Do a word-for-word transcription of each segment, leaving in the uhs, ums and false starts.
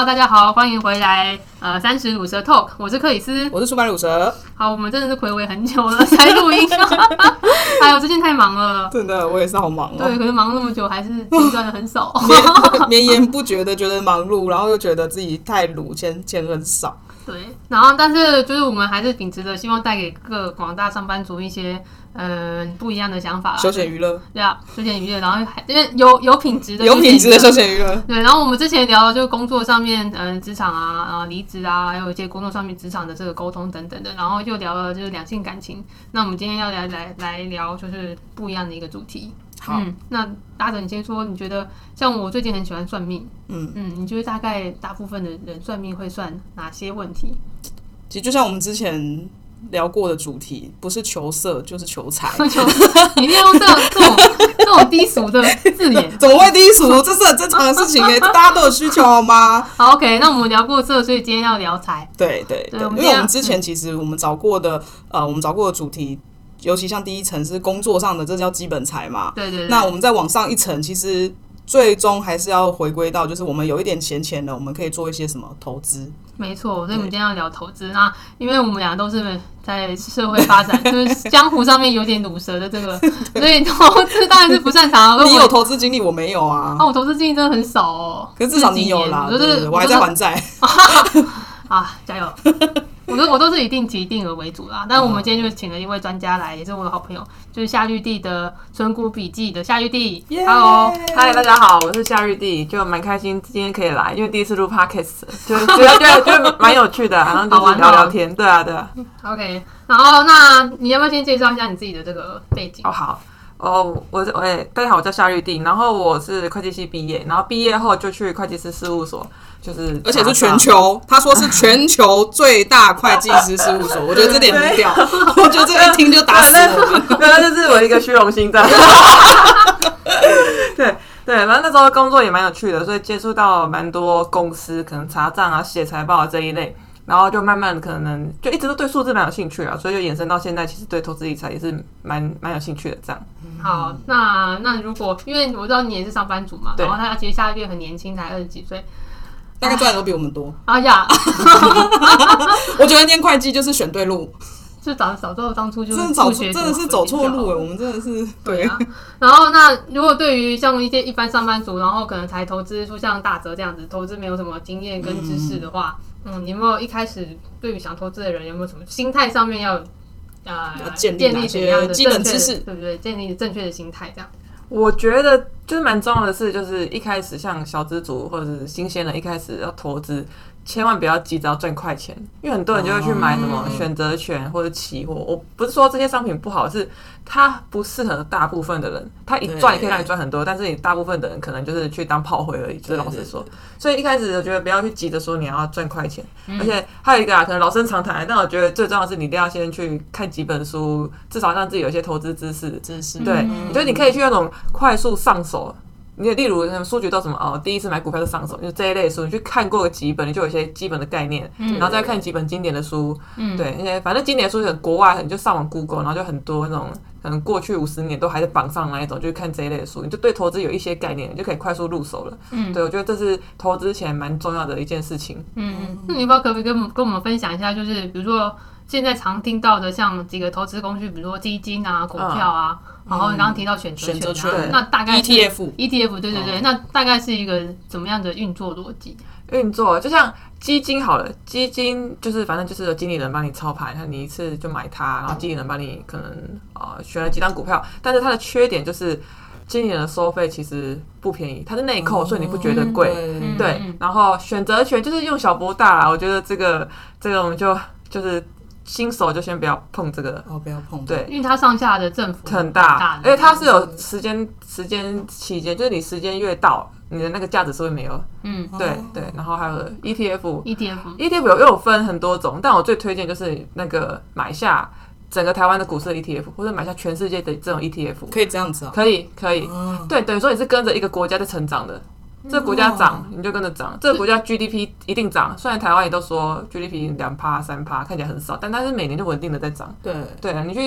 Hello， 大家好，欢迎回来。呃，三十乳蛇 Talk， 我是克里斯， 我是出版乳蛇。 好，我们真的是睽违很久了才录音，哎呦，最近太忙了， 真的，我也是好忙哦。 对，可是忙那么久，还是钱赚的很少， 绵绵延不绝的觉得忙碌，然后又觉得自己太鲁，钱钱很少。 对，然后但是就是我们还是秉持着希望带给各广大上班族一些呃不一样的想法， 休闲娱乐， 对啊，休闲娱乐，然后还因为有有品质的有品质的休闲娱乐。 对，然后我们之前聊的就是工作上面，嗯，职场啊，啊，离职啊，还有一些工作上面职场的这个沟通等等的，然后又聊了就是两性感情。那我们今天要来来来聊就是不一样的一个主题。 好， 嗯，那大哲，你先说，你觉得像我最近很喜欢算命，嗯嗯，你觉得大概大部分的人算命会算哪些问题？ 其实就像我们之前聊过的主题，不是求色就是求财。 你一定要用这种这种这种低俗的字眼， 怎么会低俗？这是很正常的事情哎、欸，大家都有需求好吗？ 好 ，OK， 那我们聊过色，所以今天要聊财。 对对 对, 对，因为我们之前其实我们找过的，呃，我们找过的主题。尤其像第一层是工作上的，这叫基本财嘛。 对对对。 那我们再往上一层，其实最终还是要回归到，就是我们有一点闲钱了，我们可以做一些什么投资。 没错，所以我们今天要聊投资。那因为我们俩都是在社会发展，就是江湖上面有点乳蛇的这个，所以投资当然是不擅长。 你有投资经历，我没有啊。 啊，我投资经历真的很少哦。 可是至少你有啦， 就是、 对对对，我还在还债。 啊，加油！我都我都是以定期定额为主啦，但我们今天就请了一位专家来，也是我的好朋友，就是夏绿蒂的存股笔记的夏绿蒂。Hello， 嗨，大家好，我是夏绿蒂，就蛮开心今天可以来，因为第一次录 Podcast， 就觉得觉得觉得蛮有趣的、啊，然后就是聊聊天，对啊对啊。 OK， 然后那你要不要先介绍一下你自己的这个背景？ 哦好。哦，我我、欸、大家好，我叫夏绿蒂，然后我是会计系毕业，然后毕业后就去会计师事务所，就是而且是全球，他说是全球最大会计师事务所，我觉得这点很屌，我觉得这一听就打死我们， 那就是我一个虚荣心在。对对，然后那时候工作也蛮有趣的，所以接触到蛮多公司，可能查账啊、写财报啊这一类。然后就慢慢可能就一直都对数字蛮有兴趣啊，所以就延伸到现在，其实对投资理财也是蛮蛮有兴趣的这样。 好，那那如果因为我知道你也是上班族嘛，然后他其实下个月很年轻，才二十几岁， 大概赚的都比我们多。 哎呀， 我觉得念会计就是选对路。 就早早知道当初就是真的真的是走错路哎、欸，我们真的是对啊。 然后那如果对于像一些一般上班族，然后可能才投资出像大哲这样子，投资没有什么经验跟知识的话，嗯, 嗯，你有没有一开始对于想投资的人有没有什么心态上面要呃建立哪些基本知识， 对不对？建立正确的心态这样。 我觉得就是蛮重要的是，就是一开始像小资族或者是新鲜人，一开始要投资。千万不要急着要赚快钱，因为很多人就会去买什么选择权或者期货。我不是说这些商品不好，是它不适合大部分的人。它一赚也可以让你赚很多，但是你大部分的人可能就是去当炮灰而已。就是老实说，所以一开始我觉得不要去急着说你要赚快钱，嗯、而且还有一个啊，可能老生常谈，但我觉得最重要的是你一定要先去看几本书，至少让自己有一些投资知识。 知识对， 嗯、 我觉得你可以去那种快速上手。你例如书局都什么哦，第一次买股票就上手，就这一类书，你去看过个几本，你就有一些基本的概念，嗯、然后再看几本经典的书，嗯、对，那些反正经典的书很国外，你就上网 Google， 然后就很多那种可能过去五十年都还在榜上那一种，就看这一类的书，你就对投资有一些概念，你就可以快速入手了。嗯，对，我觉得这是投资前蛮重要的一件事情。 嗯，那你要不要可不可以跟我们跟我们分享一下，就是比如说现在常听到的像几个投资工具，比如说基金啊、股票啊。嗯然后你刚刚提到选择权、啊， 权那大概 E T F E T F 对对对、哦，那大概是一个怎么样的运作逻辑？ 运作就像基金好了，基金就是反正就是有经理人帮你操盘，你一次就买它，然后经理人帮你可能呃选了几张股票，但是它的缺点就是经理人的收费其实不便宜，它是内扣，哦、所以你不觉得贵、嗯？对，嗯、然后选择权就是用小博大啦，我觉得这个这个我们就就是。新手就先不要碰这个哦，不要碰， 对， 因为它上下的振幅很大，而且它是有时间时间期间，就是你时间越到，你的那个价值是会没有。嗯，对、哦、对，然后还有 E T F，E T F E T F 有又有分很多种，但我最推荐就是那个买下整个台湾的股市的 E T F， 或者买下全世界的这种 E T F， 可以这样子啊？ 可以可以，哦、对，等于说你是跟着一个国家在成长的。这个国家涨，你就跟着涨。这个国家 G D P 一定涨，虽然台湾也都说 G D P 两趴三趴，看起来很少，但它是每年就稳定的在涨。 对对，你去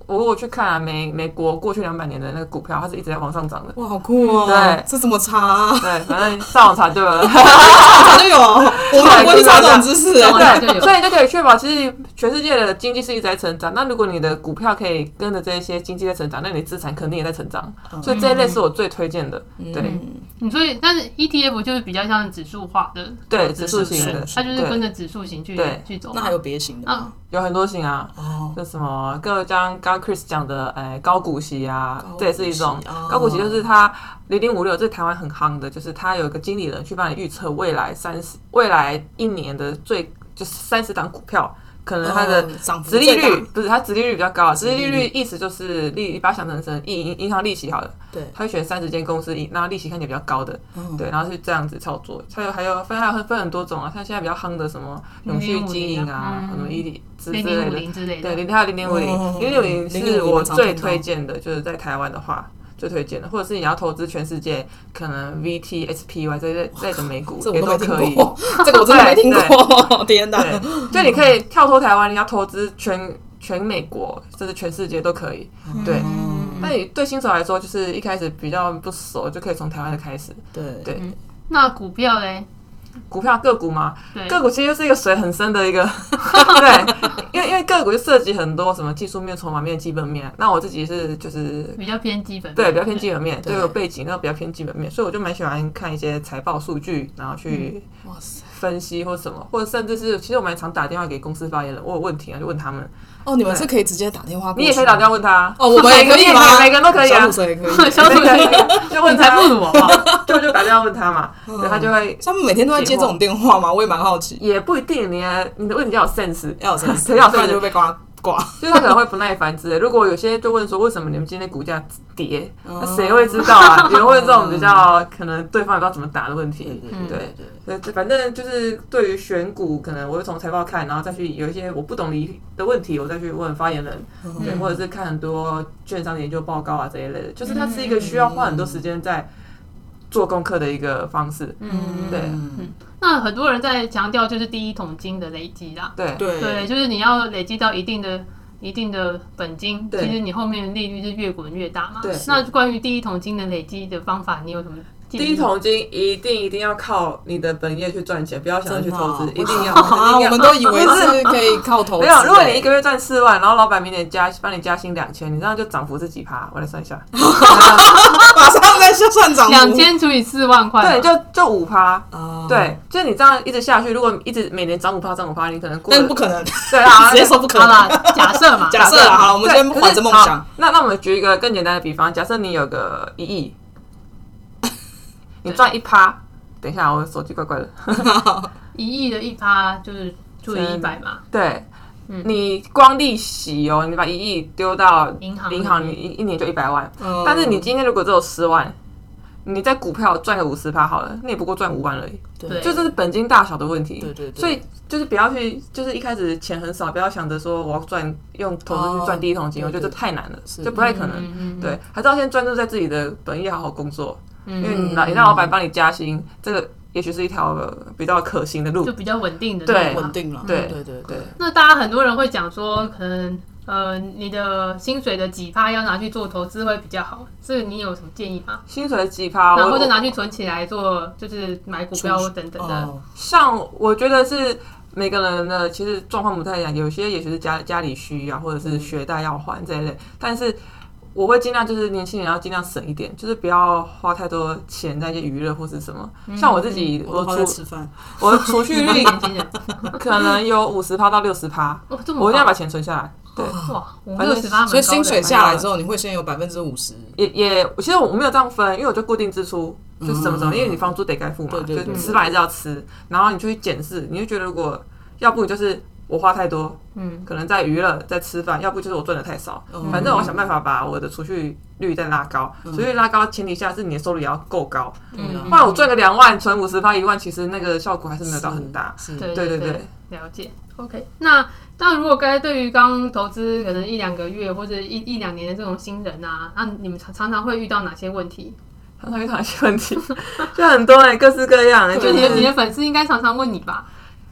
我我去看啊，美美国过去两百年的那个股票，它是一直在往上涨的。 哇，好酷哦！ 对， 这怎么查啊？ 对，反正上网查对了， 查就有，我们不会去查这种知识。 对，所以就可以确保，其实全世界的经济是一直在成长。那如果你的股票可以跟着这一些经济在成长，那你的资产肯定也在成长。所以这一类是我最推荐的。对， 嗯，所以但是 E T F 就是比较像指数化的， 对，指数型的， 它就是跟着指数型去去走。 那还有别型的吗？ 有很多型啊，哦，就什么，各像刚刚 Chris 讲的，哎，高股息啊，这也是一种高股息，就是它零零五六，这是台湾很夯的，就是它有一个经理人去帮你预测未来三十未来一年的最就是三十档股票。可能它的殖利率不是它殖利率比较高，殖利率意思就是利，你把它想成成银银行利息好了，对，他会选三十间公司，然后利息看起来比较高的，对，然后是这样子操作。还有还有分还有分很多种啊，像现在比较夯的什么永续经营啊，什么 E 之类的，对，零还有零点五零，零点五零是我最推荐的，就是在台湾的话。最推荐的，或者是你要投资全世界，可能 V T、S P Y 这类类的美股也都可以。 这个我真的没听过，天哪！ 就你可以跳脱台湾，你要投资全全美国，甚至全世界都可以。对，但你对新手来说，就是一开始比较不熟，就可以从台湾的开始。对对。 那股票嘞？ 股票个股嘛，个股其实就是一个水很深的一个，对，因为因为个股就涉及很多什么技术面、筹码面、基本面。那我自己是就是比较偏基本面， 对，比较偏基本面，对，有背景，然后比较偏基本面，所以我就蛮喜欢看一些财报数据，然后去分析或什么，或者甚至是其实我蛮常打电话给公司发言人，我有问题啊就问他们。 哦，你们是可以直接打电话过去， 你也可以打电话问他。 哦，我们也可以吗？ 每个人都可以啊， 小虎也可以， 小虎可以， 就问他， 不如我， 就就打电话问他嘛，对，他就会。 他们每天都在接这种电话吗？我也蛮好奇。 也不一定，你你的问题要有 sense， 要有 sense， 要有 sense 就被挂挂。 就他可能会不耐烦之类。如果有些就问说为什么你们今天股价跌，那谁会知道啊？有人问这种比较可能对方也不知道怎么答的问题，对对对，反正就是对于选股，可能我会从财报看，然后再去有一些我不懂的问题，我再去问发言人，对，或者是看很多券商研究报告啊这一类的，就是它是一个需要花很多时间在做功课的一个方式，嗯，对。 那很多人在强调就是第一桶金的累积啦， 对对对，就是你要累积到一定的一定的本金，其实你后面的利率是越滚越大嘛。 对。 那关于第一桶金的累积的方法，你有什么建议？ 第一桶金一定一定要靠你的本业去赚钱，不要想着去投资，一定要。 啊，我们都以为是可以靠投资。 没有，如果你一个月赚四万，然后老板明年加帮你加薪两千，你这样就涨幅是几趴？我来算一下。 马上在算涨幅。 两千除以四万块， 对，就就五趴。对，就是你这样一直下去，如果一直每年涨五趴涨五趴，你可能过。 但是不可能。 对啊， 直接说不可能。 好啦，假设嘛， 假设啦，好，我们先怀着梦想。 那那我们举一个更简单的比方，假设你有个一亿。你赚一趴，等一下，我手机怪怪的。 一亿的一趴就是除以一百嘛。 对，嗯、你光利息哦，你把一亿丢到银行， 银行你一一年就一百万。嗯、但是你今天如果只有十万，你在股票赚个五十趴好了，那也不过赚五万而已。对，就这是本金大小的问题。对对对。所以就是不要去，就是一开始钱很少，不要想着说我要赚用投资去赚第一桶金，哦、我觉得这太难了，就不太可能。嗯嗯嗯对，还是要先专注在自己的本业，好好工作。因为你让老板帮你加薪，这个也许是一条比较可行的路， 就比较稳定的， 对，稳定了， 对对对对。 那大家很多人会讲说，可能呃你的薪水的几趴要拿去做投资会比较好，这个你有什么建议吗？ 薪水的几趴， 然后或者拿去存起来做，就是买股票等等的。哦、 像我觉得是每个人的其实状况不太一样，有些也许是家家里需要，或者是学贷要还这一类，但是。我会尽量就是年轻人要尽量省一点，就是不要花太多钱在一些娱乐或是什么。嗯、像我自己， 我储吃饭， 我的储蓄率可能有五十趴到六十趴，我一定要把钱存下来。对， 哇，六十趴， 所以薪水下来之后，你会先有百分之五十。 也也，其实我没有这样分，因为我就固定支出，就是什么什么，因为你房租得该付嘛，就吃饭还是要吃，然后你就去检视，你会觉得如果要不你就是。我花太多，嗯，可能在娱乐，在吃饭，要不就是我赚的太少。嗯、反正我想办法把我的储蓄率再拉高，储蓄率拉高前提下是你的收入也要够高。嗯，不然我赚个两万，存五十趴一万，其实那个效果还是没有到很大。 是，对对对，了解。OK， 那那如果该对于刚投资可能一两个月或者一一两年的这种新人啊，那你们常常常会遇到哪些问题？ 常常遇到哪些问题？就很多哎、欸，各式各样的、欸。 就你的你的粉丝应该常常问你吧？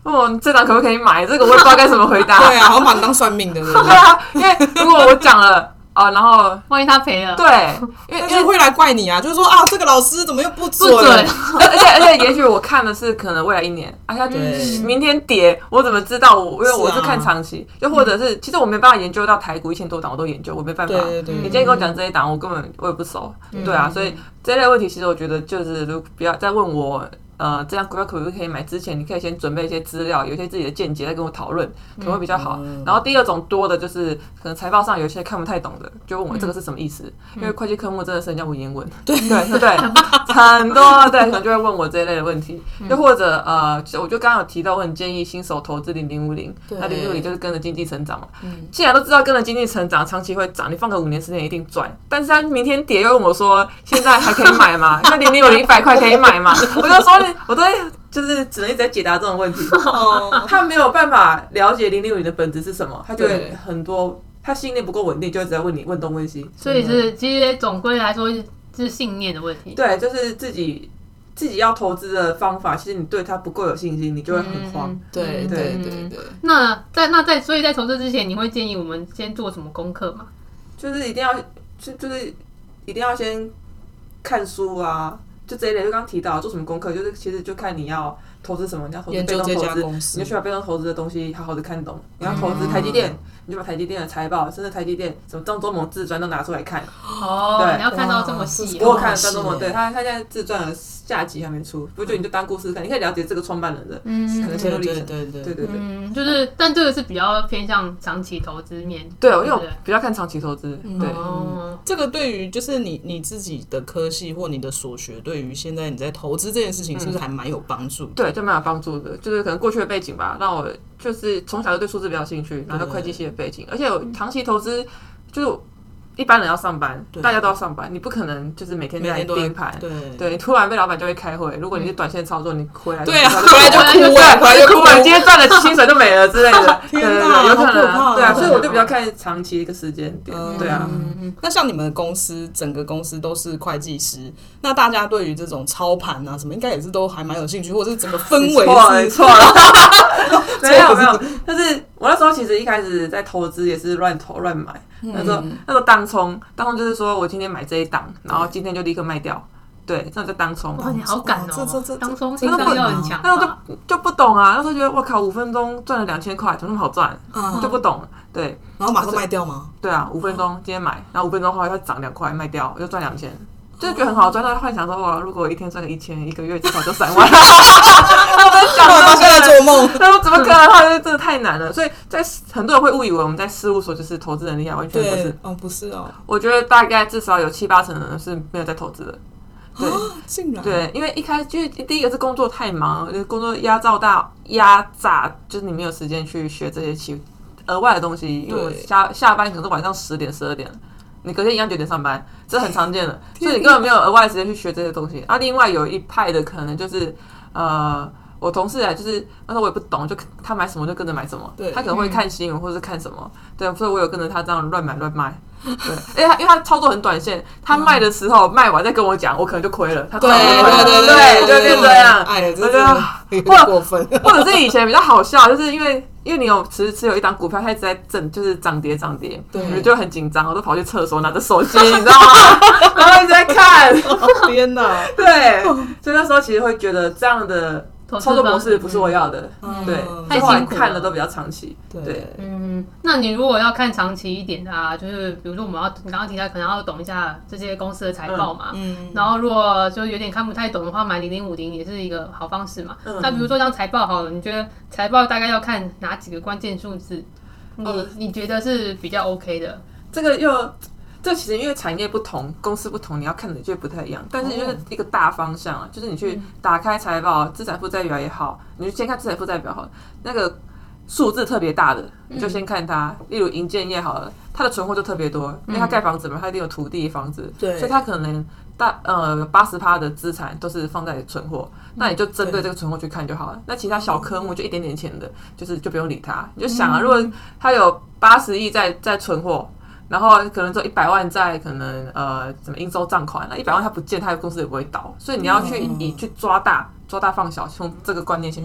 问我这档可不可以买，这个我也不知道该怎么回答。 对啊，好像把你当算命的，对不对？ 对啊，因为如果我讲了。哦，然后万一他赔了， 对，因为因为会来怪你啊，就是说啊，这个老师怎么又不准？ 不准， 而且而且，也许我看的是可能未来一年，而且明天跌，我怎么知道？我因为我是看长期，又或者是其实我没办法研究到台股一千多档，我都研究，我没办法。 对对对， 你今天跟我讲这一档，我根本我也不熟，对啊，所以这类问题其实我觉得就是，如不要再问我。呃，这样股票可不可以买？之前你可以先准备一些资料，有一些自己的见解，再跟我讨论，可能会比较好。嗯、然后第二种多的就是可能财报上有些看不太懂的，就问我这个是什么意思？嗯、因为会计科目真的是人家文言文，对对对对，很多对，可能就会问我这一类的问题。嗯、又或者呃，我就刚刚有提到，我很建议新手投资零零五零，那零零五零就是跟着经济成长嘛。嗯、既然都知道跟着经济成长，长期会涨，你放个五年十年一定赚。但是他明天跌又问我说，现在还可以买吗？那零零五零一百块可以买吗？我就说。我都会就是只能一直在解答这种问题，他没有办法了解零零五零的本质是什么，他就会很多，他信念不够稳定，就会一直在问你问东问西。 所以是其实总归来说是信念的问题。 对，就是自己自己要投资的方法，其实你对他不够有信心，你就会很慌。嗯、 对对对对。 那在那在所以在投资之前，你会建议我们先做什么功课吗？ 就是一定要就就是一定要先看书啊。就这一类，就刚刚提到做什么功课，就是其实就看你要投资什么，你要投资被动投资，你就需要被动投资的东西好好的看懂。你要投资台积电，你就把台积电的财报，甚至台积电什么张忠谋自传都拿出来看。 哦，对，你要看到这么细。 我有看张忠谋，对他他现在自传的下集还没出，不就你就当故事看，你可以了解这个创办人的可能心路历程。对对对对对， 嗯，就是但这个是比较偏向长期投资面。 对，因为我比较看长期投资。对， 这个对于就是你你自己的科系或你的所学，对于现在你在投资这件事情，是不是还蛮有帮助？ 对，就蛮有帮助的，就是可能过去的背景吧，让我就是从小就对数字比较有兴趣，然后会计系的背景，而且有长期投资就是。一般人要上班，大家都要上班，你不可能就是每天在盯盘。对，对你突然被老板叫去开会，如果你是短线操作，你回来对啊，回来就哭了，回来就哭了，今天赚的薪水就没了之类的。对对对，有可能。对啊，所以我就比较看长期一个时间点。对啊， 那像你们的公司，整个公司都是会计师，那大家对于这种操盘啊什么，应该也是都还蛮有兴趣，或者是整个氛围是错了，没有没有，但是我那时候其实一开始在投资也是乱投乱买。那时候那时候当冲，当冲就是说我今天买这一档，然后今天就立刻卖掉，对，这样就当冲。 哇，你好敢哦！这这这当冲心脏要很强。 那时候就就不懂啊，那时候觉得我靠，五分钟赚了两千块，怎么那么好赚？就不懂，对。 然后马上卖掉吗？ 对啊，五分钟今天买，然后五分钟后它涨两块卖掉，我就赚两千。就是觉得很好赚，到幻想说哇，如果我一天赚个一千，一个月至少就三万。我在想， 我现在做梦， 他说怎么可能？他说真的太难了。所以在很多人会误以为我们在事务所就是投资人厉害，完全不是。 哦，不是哦。 我觉得大概至少有七八成的人是没有在投资的。对， 竟然对，因为一开始就是第一个是工作太忙，工作压榨大压榨，就是你没有时间去学这些其额外的东西。因为我下下班可能是晚上十点十二点。你隔天一样九点上班，这很常见的，所以你根本没有额外的时间去学这些东西。啊，另外有一派的可能就是，呃，我同事啊，就是那时候我也不懂，就他买什么就跟着买什么，他可能会看新闻或者是看什么，对，所以我有跟着他这样乱买乱卖。对，因为他因为他操作很短线，他卖的时候卖完再跟我讲，我可能就亏了。他对对对对， 就变这样。 哎，真的有点过分。 或者是以前比较好笑，就是因为因为你有持持有一档股票，它一直在震，就是涨跌涨跌，你就很紧张，我都跑去厕所拿着手机，你知道吗？然后一直在看。 天哪！ 对，所以那时候其实会觉得这样的。操作模式不是我要的，嗯、对，太辛苦了，看的都比较长期，对， 嗯，那你如果要看长期一点的啊，就是比如说我们要你刚刚提到，可能要懂一下这些公司的财报嘛，嗯，嗯然后如果就有点看不太懂的话，买零零五零也是一个好方式嘛。嗯、那比如说像财报好了，你觉得财报大概要看哪几个关键数字？你、嗯、你觉得是比较 OK 的？ 这个又。这其实因为产业不同，公司不同，你要看的就不太一样。但是就是一个大方向啊，就是你去打开财报，资产负债表也好，你就先看资产负债表好了，那个数字特别大的，你就先看它。例如营建业好了，它的存货就特别多，因为它盖房子嘛，它一定有土地房子，所以它可能大呃八十趴的资产都是放在存货，那你就针对这个存货去看就好了。那其他小科目就一点点钱的，就是就不用理它。你就想啊，如果它有八十亿在在存货。然后可能只有一百万在可能呃什么应收账款，那一百万它不见，它的公司也不会倒，所以你要去以去抓大抓大放小，从这个观念先去看。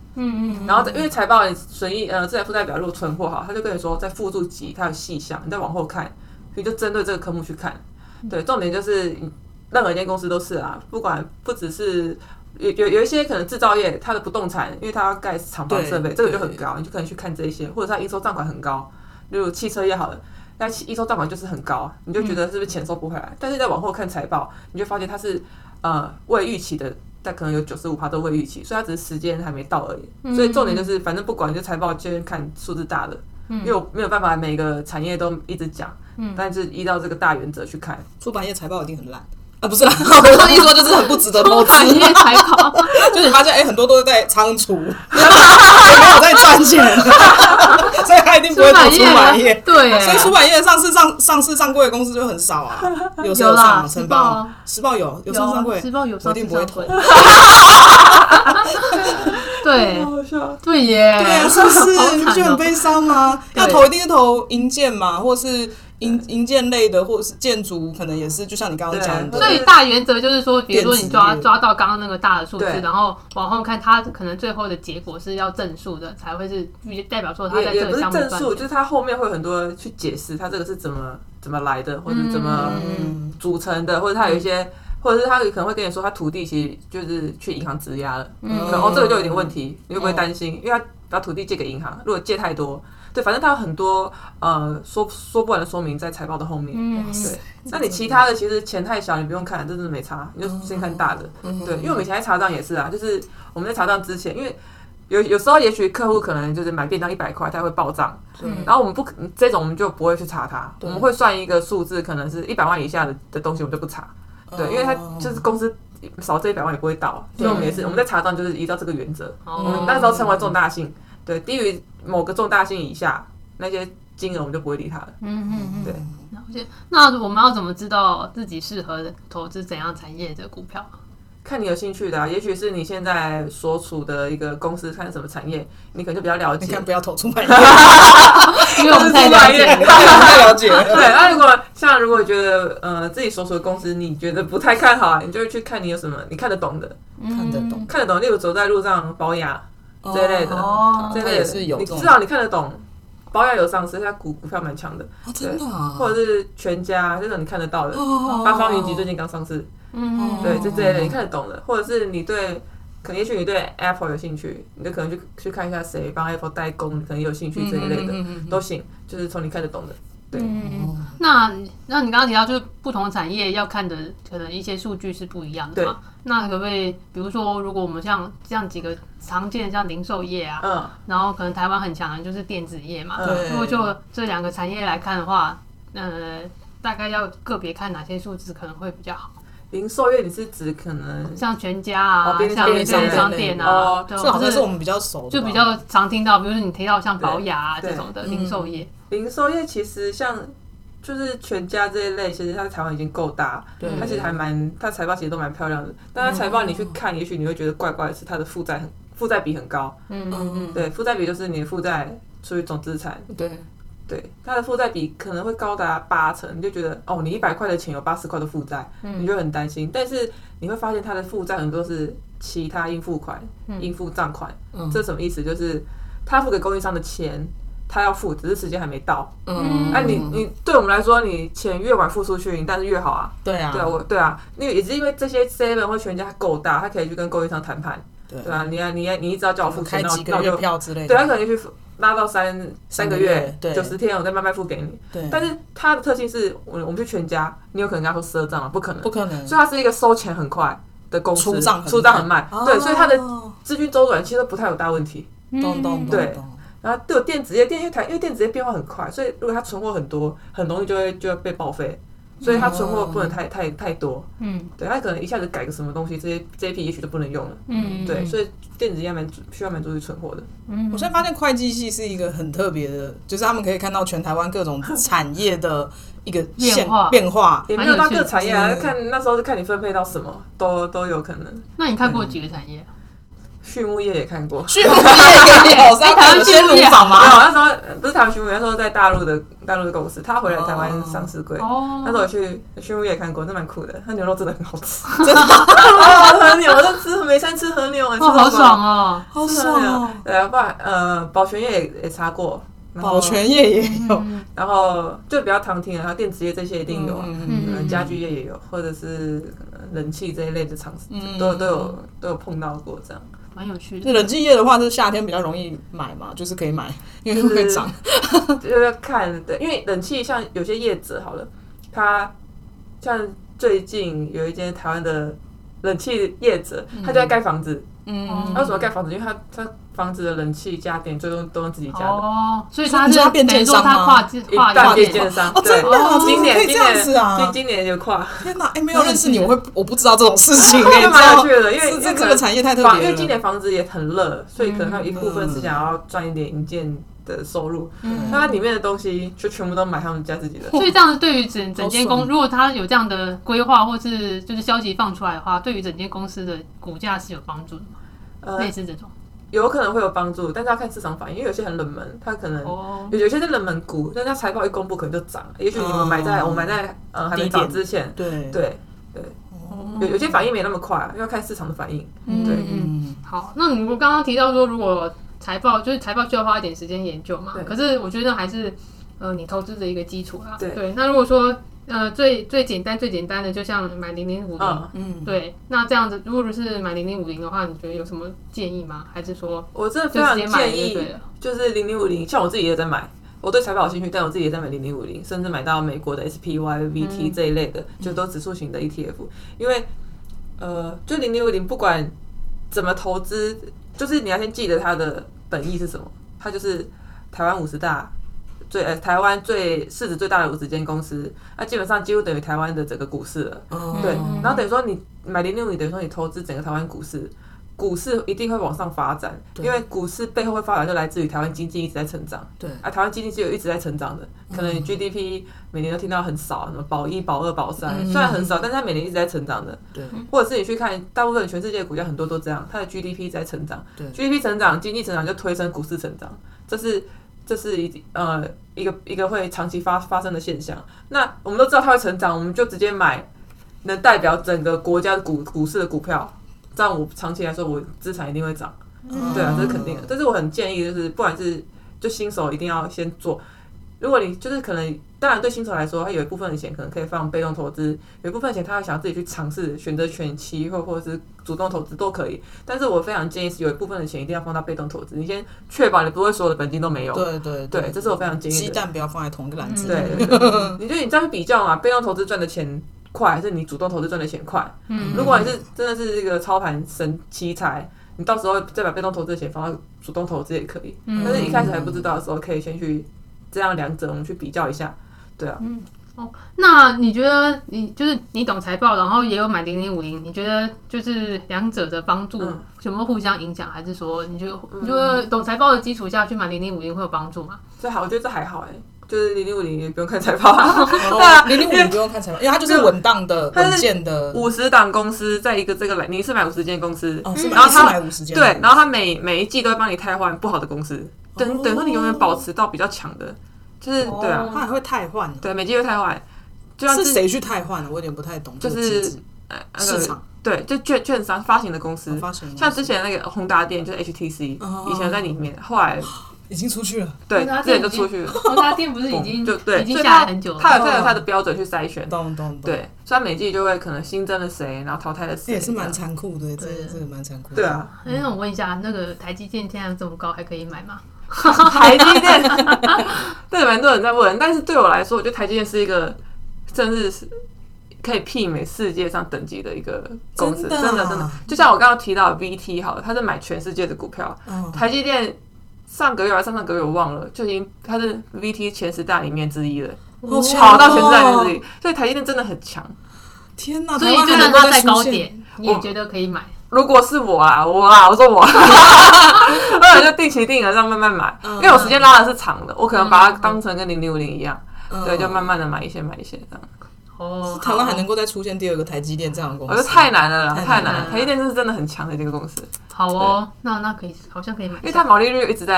嗯嗯， 然后因为财报损益呃资产负债表如果存货好，他就跟你说在附注几它有细项，你再往后看，你就针对这个科目去看。对，重点就是任何一间公司都是啊，不管不只是有有有一些可能制造业它的不动产，因为它要盖厂房设备，这个就很高，你就可能去看这一些，或者它营收账款很高，例如汽车业好了。那营收账款就是很高，你就觉得是不是钱收不回来？嗯、但是再往后看财报，你就发现它是呃未预期的，但可能有九十五趴都未预期，所以它只是时间还没到而已。嗯、所以重点就是，反正不管就财报就看数字大的，嗯、因为我没有办法每个产业都一直讲，嗯、但是依照这个大原则去看。 出版业财报一定很烂。啊，不是啦，我的意思说就是很不值得投资。 产业财报， 就你发现哎、欸，很多都是在仓储，也没有在赚钱，所以他一定不会投出版业。 对， 所以出版业上市上上市上柜的公司就很少啊。有时候上晨报，时报有有上上柜， 时报有上市上柜。 对，对耶， 对啊，是不是？你不觉得很悲伤吗？要投一定是投营建嘛，或是。营营建类的，或者是建筑，可能也是，就像你刚刚讲的。 所以大原则就是说，比如说你抓抓到刚刚那个大的数字，然后往后看，它可能最后的结果是要正数的，才会是代表说它在这个项目也不是正数，就是它后面会有很多去解释它这个是怎么怎么来的，或者怎么组成的，或者它有一些，或者是他可能会跟你说，他土地其实就是去银行质押了，嗯，然后这个就有点问题，你会不会担心？因为他把土地借给银行，如果借太多。对，反正它有很多呃说说不完的说明在财报的后面。嗯，对。那你其他的其实钱太小，你不用看，这真的没差，你就先看大的。嗯、对，因为我们以前在查账也是啊，就是我们在查账之前，因为有有时候也许客户可能就是买便当一百块，他会报账，嗯、然后我们不这种我们就不会去查它，我们会算一个数字，可能是一百万以下的的东西，我们就不查。对，因为它就是公司少这一百万也不会到，所以我们也是我们在查账就是依照这个原则。我们那时候称为重大性。对，低于某个重大性以下，那些金额我们就不会理它了。嗯嗯嗯，对。 那我们要怎么知道自己适合投资怎样产业的股票？ 看你有兴趣的、啊，也许是你现在所处的一个公司看什么产业，你可能就比较了解。 你看，不要投出版业， 因为我们太了解， 太了解了。 对，那如果像如果觉得呃自己所属的公司你觉得不太看好，你就会去看你有什么你看得懂的， 看得懂， 看得懂。例如走在路上保养。这一类的， 哦、 这一类的， 是有你至少你看得懂，保养有上市，它股股票蛮强的， 哦、真的、啊， 或者是全家这种你看得到的， 哦、 八方云集最近刚上市，嗯，对，这这一类你看得懂的，或者是你对，可能也许你对 Apple 有兴趣，你就可能去去看一下谁帮 Apple 代工，你可能有兴趣这一类的、嗯嗯嗯嗯、都行，就是从你看得懂的。对， 嗯、那那你刚刚提到，就是不同产业要看的可能一些数据是不一样的嘛？那可不可以，比如说，如果我们像这样几个常见的像零售业啊，嗯，然后可能台湾很强的就是电子业嘛，嗯、如果就这两个产业来看的话，呃，大概要个别看哪些数字可能会比较好？ 零售业你是指可能像全家啊， 哦、 像便利商店啊， 哦、这好像是我们比较熟的， 就比较常听到，比如说你提到像宝雅啊这种的零售业。 零售业其实像就是全家这一类，其实它在台湾已经够大，它其实还蛮，它财报其实都蛮漂亮的。但它财报你去看，也许你会觉得怪怪的是它的负债很负债比很高。嗯嗯嗯，对，负债比就是你的负债除以总资产。 对对，它的负债比可能会高达八成，你就觉得哦，你一百块的钱有八十块的负债，你就很担心。但是你会发现它的负债很多是其他应付款、应付账款。这什么意思？就是他付给供应商的钱。他要付，只是时间还没到。嗯，哎、啊，你你对我们来说，你钱越晚付出去，你当然是越好啊。 对啊， 对啊，我对啊，因为也是因为这些 seven 或全家够大，他可以去跟供应商谈判。对，对啊，你啊，你你一直要叫我付钱， 开几个月票之类的。 对，他可能去拉到三三个月，九十天，我再慢慢付给你。 对， 但是它的特性是，我我们去全家，你有可能跟他说赊账吗？不可能， 不可能。 所以它是一个收钱很快的公司， 出账出账很慢。对，所以它的资金周转其实都不太有大问题。 咚咚对。然后对有电子业，电因为台因为电子业变化很快，所以如果它存货很多，很容易就会就会被报废，所以它存货不能太太太多。嗯，对，它可能一下子改个什么东西，这些这一批也许都不能用了。嗯，对，所以电子业蛮需要蛮注意存货的。 嗯，我现在发现会计系是一个很特别的，就是他们可以看到全台湾各种产业的一个变化变化， 也没有到各产业啊，看那时候是看你分配到什么，都都有可能。 那你看过几个产业？ 畜牧业也看过， 畜牧业也有，是台湾畜牧业好吗？ 没有，那时候不是台湾畜牧业，那时候在大陆的大陆的公司，他回来台湾上市柜。哦，那时候我去畜牧业看过，那蛮酷的。他牛肉真的很好吃，真的。和牛，我就吃每餐吃和牛，吃好爽哦， 好爽哦。 对，不然呃，保全业也也查过。 保全业也有， 嗯、然后就比较常听的，然后电子业这些一定有啊，嗯嗯、家具业也有，或者是冷气这一类的厂商、嗯、都都有都有碰到过这样， 蛮有趣的。 冷气业的话，是夏天比较容易买嘛，就是可以买，因为会涨。 就是要看对，因为冷气像有些业者好了，他像最近有一间台湾的冷气业者，他就在盖房子。嗯，他为什么盖房子？因为他他房子的冷气家电最终都用自己家的。 哦，所以他是变电商吗？ 跨跨大变电商。 哦，真的啊， 今年可以这样子啊！ 今今年有跨。 天哪，哎，没有认识你，我会我不知道这种事情哎， 蛮有趣的，因为这这个产业太特别了。 因为今年房子也很热，所以可能他有一部分是想要赚一点营建的收入，那它里面的东西就全部都买他们家自己的。 所以这样子对于整整间公，如果他有这样的规划或是就是消息放出来的话，对于整间公司的股价是有帮助的吗？呃，类似这种。 有可能会有帮助，但是要看市场反应，因为有些很冷门，它可能、oh. 有有些是冷门股，但它财报一公布可能就涨。也许你们买在、oh. 我买在呃还没涨之前， 对对对， oh. 有有些反应没那么快，要看市场的反应。 嗯、 对， 嗯，好，那你刚刚提到说，如果财报就是财报需要花一点时间研究嘛，可是我觉得还是呃你投资的一个基础啦。对，对那如果说呃最最简单最简单的，就像买零零五零，嗯，对，那这样子如果是买零零五零的话，你觉得有什么建议吗？还是说我真的非常建议，就是零零五零，像我自己也在买。我对财报有兴趣，但我自己也在买零零五零，甚至买到美国的 S P Y、V T 这一类的，嗯、就都指数型的 E T F。因为呃，就零零五零不管怎么投资，就是你要先记得它的本意是什么，它就是台湾五十大最呃台湾最市值最大的五十间公司，那基本上几乎等于台湾的整个股市了。哦、对，然后等于说你买零零五零，等于说你投资整个台湾股市。股市一定会往上发展，因为股市背后会发展就来自于台湾经济一直在成长。对，啊，台湾经济是有一直在成长的，可能 G D P 每年都听到很少，什么保一、保二、保三，虽然很少，但是它每年一直在成长的。对，或者是你去看，大部分全世界的国家很多都这样，它的 G D P 一直在成长。对 ，G D P 成长，经济成长就推升股市成长，这是这是一呃一个一个会长期发发生的现象。那我们都知道它会成长，我们就直接买能代表整个国家的股股市的股票。这样我长期来说，我资产一定会涨，嗯、对啊，这是肯定的。但是我很建议，就是不管是就新手一定要先做。如果你就是可能，当然对新手来说，他有一部分的钱可能可以放被动投资，有一部分的钱他想自己去尝试选择权期或或者是主动投资都可以。但是我非常建议是有一部分的钱一定要放到被动投资，你先确保你不会所有的本金都没有。对对 对, 对，这是我非常建议的。 鸡蛋不要放在同一个篮子。 对对对，你就你这样去比较嘛，被动投资赚的钱。快还是你主动投资赚的钱快？嗯，如果你是真的是这个操盘神奇才，你到时候再把被动投资的钱放到主动投资也可以。嗯，但是一开始还不知道的时候，可以先去这样两者我们去比较一下。对啊。嗯。 哦，那你觉得你就是你懂财报，然后也有买零零五零，你觉得就是两者的帮助有没有互相影响，还是说你觉得你觉得懂财报的基础下去买零零五零会有帮助吗？ 这还我觉得这还好哎、欸。就是零零五零也不用看财报， 对啊，零零五零不用看财报，因为它就是稳当的、稳健的。 五十档公司在一个这个，你是买五十间公司， 哦、然后它买五十间， 对，然后它每每一季都会帮你汰换不好的公司，等、哦、等于说你永远保持到比较强的，就是对啊， 它还会汰换， 对，每季会汰换， 就是谁去汰换的？我有点不太懂， 就是呃市场。 对，就券券商发行的公司， 发行像之前那个宏达电就是 H T C，、哦、以前在里面，后来。 已经出去了， 对，之前就出去了。 宏达电不是已经就对， 已经下来很久了。 它有它有它的标准去筛选， 懂懂懂。 对，所以它每季就会可能新增了谁，然后淘汰了谁， 也是蛮残酷的，这这个蛮残酷的。 对啊， 那我问一下，那个台积电现在这么高，还可以买吗？ 台积电，对，蛮多人在问，但是对我来说，我觉得台积电是一个，甚至是可以媲美世界上等级的一个公司，真的真的。就像我刚刚提到的 V T 好了，它是买全世界的股票，台积电。上个月还是上上个月我忘了，就已经它是 V T 前十大里面之一了， 哦、 跑到前十大里面之一，所以台积电真的很强。 天哪！ 所以就算它在高点，你也觉得可以买？ 如果是我啊，我啊，我说我，我就定期定额这样慢慢买，嗯、因为我时间拉的是长的，我可能把它当成跟零零五零一样，嗯、对，就慢慢的买一些买一些这样。 哦，台湾还能够再出现第二个台积电这样的公司， 我觉得太难了啦，太难了。台积电是真的很强的这个公司。 好哦，那那可以，好像可以买， 因为它毛利率一直在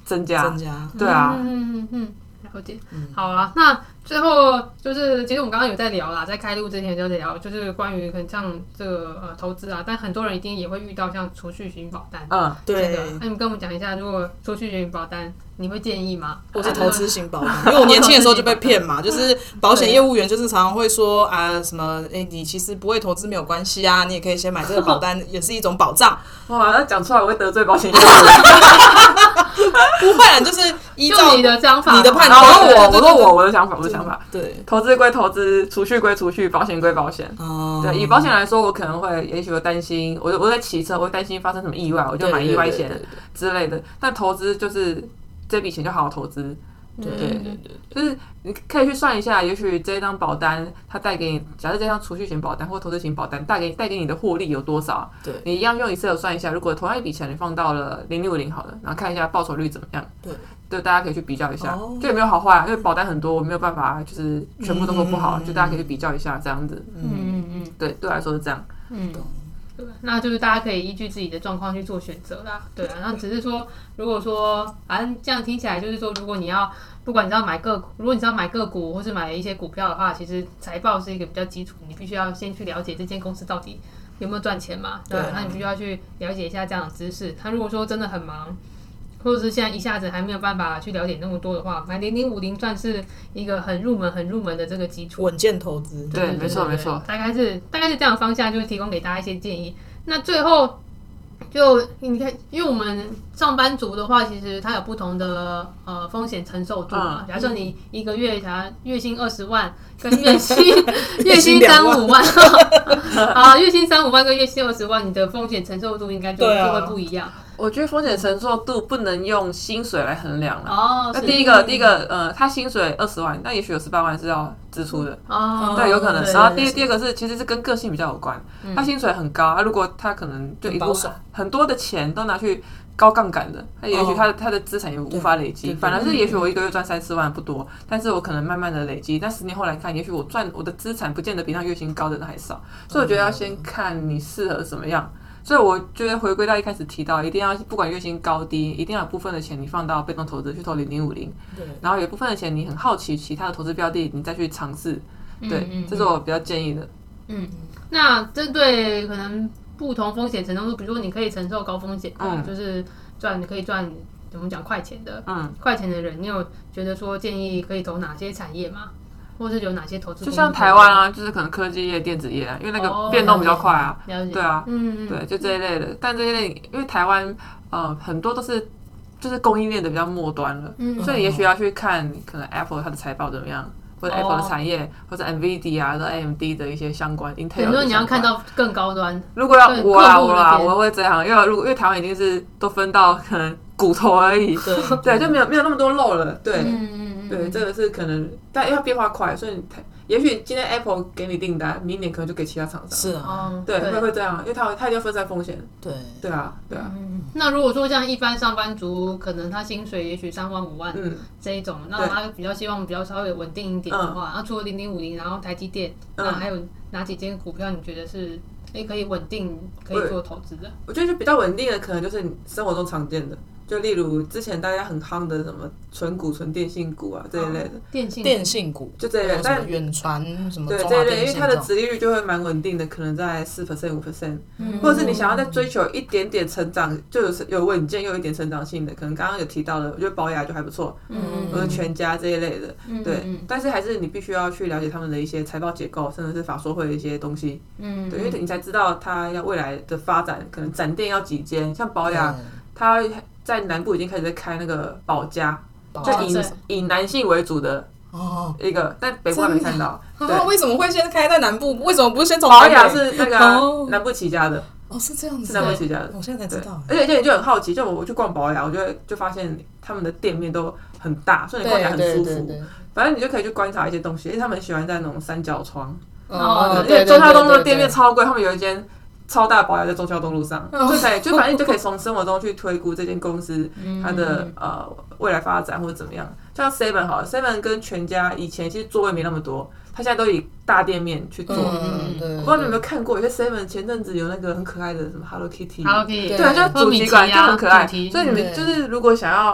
增加， 增加， 对啊， 嗯嗯嗯，了解。好啊，那最后就是其实我们刚刚有在聊啦，在开录之前就在聊，就是关于可能像这个呃投资啊，但很多人一定也会遇到像储蓄型保单， 嗯， 对。 那你们跟我们讲一下，如果储蓄型保单，你会建议吗？ 或是投资型保单？因为我年轻的时候就被骗嘛，就是保险业务员就是常常会说啊什么，哎、欸，你其实不会投资没有关系啊，你也可以先买这个保单，也是一种保障。 哇，那讲出来我会得罪保险业务员。 不会啊，就是依照你的想法， 你的判断。 然后我，我说我我的想法，我的想法， 对， 投资归投资，储蓄归储蓄，保险归保险。 哦， 对，以保险来说，我可能会，也许会担心，我我在骑车，我会担心发生什么意外，我就买意外险之类的。但投资就是这笔钱就好好投资。 对对对， 就是你可以去算一下，也许这张保单它带给你，假设这张储蓄型保单或投资型保单带给带给你的获利有多少？ 对， 你一样用 Excel 算一下，如果同样一笔钱你放到了零零五零好了，然后看一下报酬率怎么样？ 对， 对，大家可以去比较一下， 哦、 就也没有好坏、啊，因为保单很多，我没有办法就是全部都说不好，嗯、就大家可以去比较一下这样子。 嗯嗯嗯， 对，对我来说是这样。 嗯。对，那就是大家可以依据自己的状况去做选择啦。对啊，然后只是说，如果说反正这样听起来就是说，如果你要不管你是要买个股，如果你是要买个股或是买一些股票的话，其实财报是一个比较基础，你必须要先去了解这间公司到底有没有赚钱嘛。对，那你必须要去了解一下这样的知识。他如果说真的很忙，或者是现在一下子还没有办法去了解那么多的话，买零零五零算是一个很入门、很入门的这个基础， 稳健投资。 对，没错没错， 大概是大概是这样的方向，就是提供给大家一些建议。那最后就你看，因为我们上班族的话，其实它有不同的呃风险承受度嘛。嗯、假设你一个月想月薪二十万，跟月薪月薪三五万，啊，月薪三五万跟月薪二十万，你的风险承受度应该就、啊、就会不一样。 我觉得风险承受度不能用薪水来衡量了。 哦， 那第一个，第一个，呃，他薪水二十万，那也许有十八万是要支出的。哦，对，有可能。然后第第二个是，其实是跟个性比较有关。嗯、他薪水很高，啊，如果他可能就一部很多的钱都拿去高杠杆的，那也许他的他的资产也无法累积。反而是，也许我一个月赚三四万不多，但是我可能慢慢的累积。但十年后来看，也许我赚我的资产不见得比他月薪高的人还少。所以我觉得要先看你适合什么样。所以我觉得回归到一开始提到，一定要不管月薪高低，一定要有部分的钱你放到被动投资去投零零五零，然后有一部分的钱你很好奇其他的投资标的，你再去尝试。对，嗯嗯嗯，这是我比较建议的。 嗯，那针对可能不同风险承受度，比如说你可以承受高风险，嗯，就是赚可以赚怎么讲快钱的，嗯，快钱的人，你有觉得说建议可以投哪些产业吗？或是有哪些投资？ 就像台湾啊，就是可能科技业、电子业啊，因为那个变动比较快啊。 了解。 对啊， 嗯， 对，就这一类的。但这一类，因为台湾呃很多都是就是供应链的比较末端了，嗯，所以你也许要去看可能 Apple 它的财报怎么样，或者 Apple 的产业，哦、或者 NVIDIA 啊、A M D 的一些相关 Intel。 很多你要看到更高端。 如果要我啦我啦，我会这样，因为如果因为台湾已经是都分到可能骨头而已，对对，就没有没有那么多肉了，对，嗯嗯对，这个是可能，但因为它变化快，所以也许今天 Apple 给你订单，明年可能就给其他厂商。 是啊， 对，会会这样，因为它它一定要分散风险。 对， 对啊，对啊。 嗯，那如果说像一般上班族，可能他薪水也许三万五万这一种，那他比较希望比较稍微稳定一点的话，那除了零零五零，然后台积电，那还有哪几间股票你觉得是哎可以稳定可以做投资的？ 我觉得就比较稳定的，可能就是你生活中常见的。就例如之前大家很夯的什么纯股、纯电信股啊这一类的， 电信电信股就这一类， 但远传什么对这一类，因为它的殖利率就会蛮稳定的，可能在四 percent、五 percent， 或者是你想要再追求一点点成长，就有有稳健又有一点成长性的，可能刚刚有提到的，我觉得宝雅就还不错，嗯，或者全家这一类的，对，但是还是你必须要去了解他们的一些财报结构，甚至是法说会的一些东西，嗯，对，因为你才知道它要未来的发展，可能展店要几间，像宝雅，它在南部已经开始在开那个保家，就以以男性为主的一个，但北部还没看到。 对，为什么会先开在南部？为什么不是先从保雅是那个南部起家的？ 哦，是这样子， 是南部起家的。 我现在才知道。 而且而且就很好奇，就我去逛保雅，我就就发现他们的店面都很大，所以你逛起来很舒服。反正你就可以去观察一些东西，因为他们喜欢在那种三角窗。哦，因为中孝东路的店面超贵，他们有一间。超大保雅在中孝东路上，就可以就反正你就可以从生活中去推估这间公司它的呃未来发展或者怎么样。像 Seven 好了 ，Seven 跟全家以前其实座位没那么多，它现在都以大店面去做。嗯、我不知道你有没有看过，有些 Seven 前阵子有那个很可爱的什么 Hello Kitty， Hello Kitty， 对，就主题馆就很可爱。所以你们就是如果想要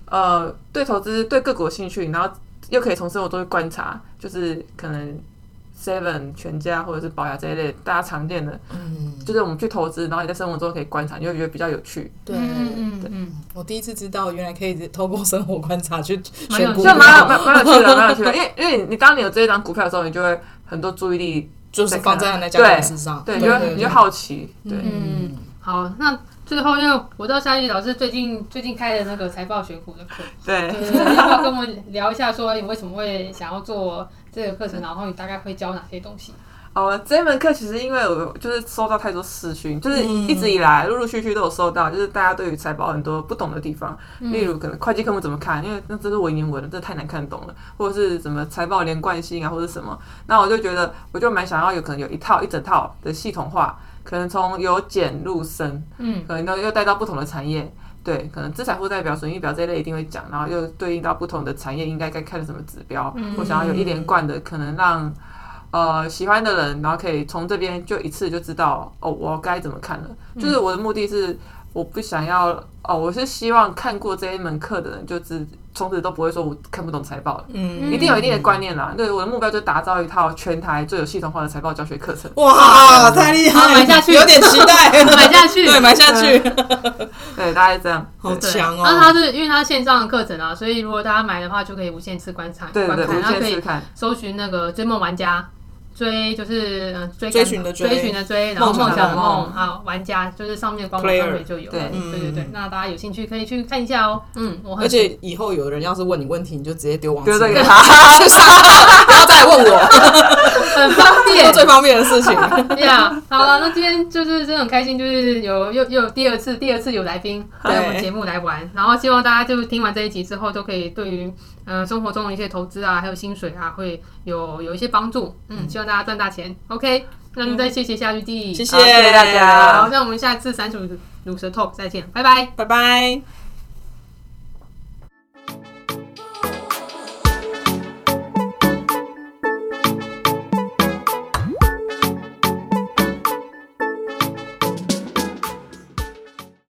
呃对投资对个股有兴趣，然后又可以从生活中去观察，就是可能 Seven 全家或者是宝雅这一类大家常见的，嗯，就是我们去投资，然后你在生活中可以观察，你会觉得比较有趣。 对， 嗯嗯嗯， 我第一次知道原来可以透过生活观察去选股票，蛮蛮蛮有趣的，蛮有趣的。因为因为你当你有这一张股票的时候，你就会很多注意力就是放在那家公司上， 对，你就你就好奇，对， 嗯，好，那。最后，因为我知道夏玉老师最近最近开的那个财报选股的课， 对， 对，要不要跟我们聊一下，说你为什么会想要做这个课程，然后你大概会教哪些东西？ 哦，这一门课其实因为我就是收到太多私讯，就是一直以来陆陆续续都有收到，就是大家对于财报很多不懂的地方，嗯、例如可能会计科目怎么看，因为那真是文言文，这太难看懂了，或者是什么财报连贯性啊，或者什么，那我就觉得我就蛮想要有可能有一套一整套的系统化。可能从由简入深，嗯，可能又带到不同的产业，对，可能资产负债表、损益表这一类一定会讲，然后又对应到不同的产业应该该看什么指标。嗯、我想要有一连贯的，可能让呃喜欢的人，然后可以从这边就一次就知道哦，我该怎么看了。嗯、就是我的目的是，我不想要哦，我是希望看过这一门课的人，就是从此都不会说我看不懂财报了，嗯，一定有一定的观念啦。对，我的目标就是打造一套全台最有系统化的财报教学课程。 哇，太厉害了！ 买下去， 有点期待， 买下去， 对，买下去。 对，大概这样， 好强哦。 那它是因为它线上的课程啊，所以如果大家买的话，就可以无限次观察， 对对，无限次看， 搜寻那个追梦玩家。追就是嗯追追寻的追， 追寻的追，然后梦想的梦，好玩家就是上面官网上面就有，对对对对。那大家有兴趣可以去看一下哦。嗯，我而且以后有人要是问你问题，你就直接丢网址给他， 不要再问我， 很方便， 最方便的事情。 对呀，好了，那今天就是真的很开心，就是有又又有第二次，第二次有来宾来我们节目来玩，然后希望大家就听完这一集之后，都可以对于呃生活中的一些投资啊，还有薪水啊，会有有一些帮助。嗯，希望大家赚大钱。OK， 那就再谢谢夏玉弟， 谢谢大家。 好，那我们下次散鼠乳蛇 Talk 再见，拜拜， 拜拜。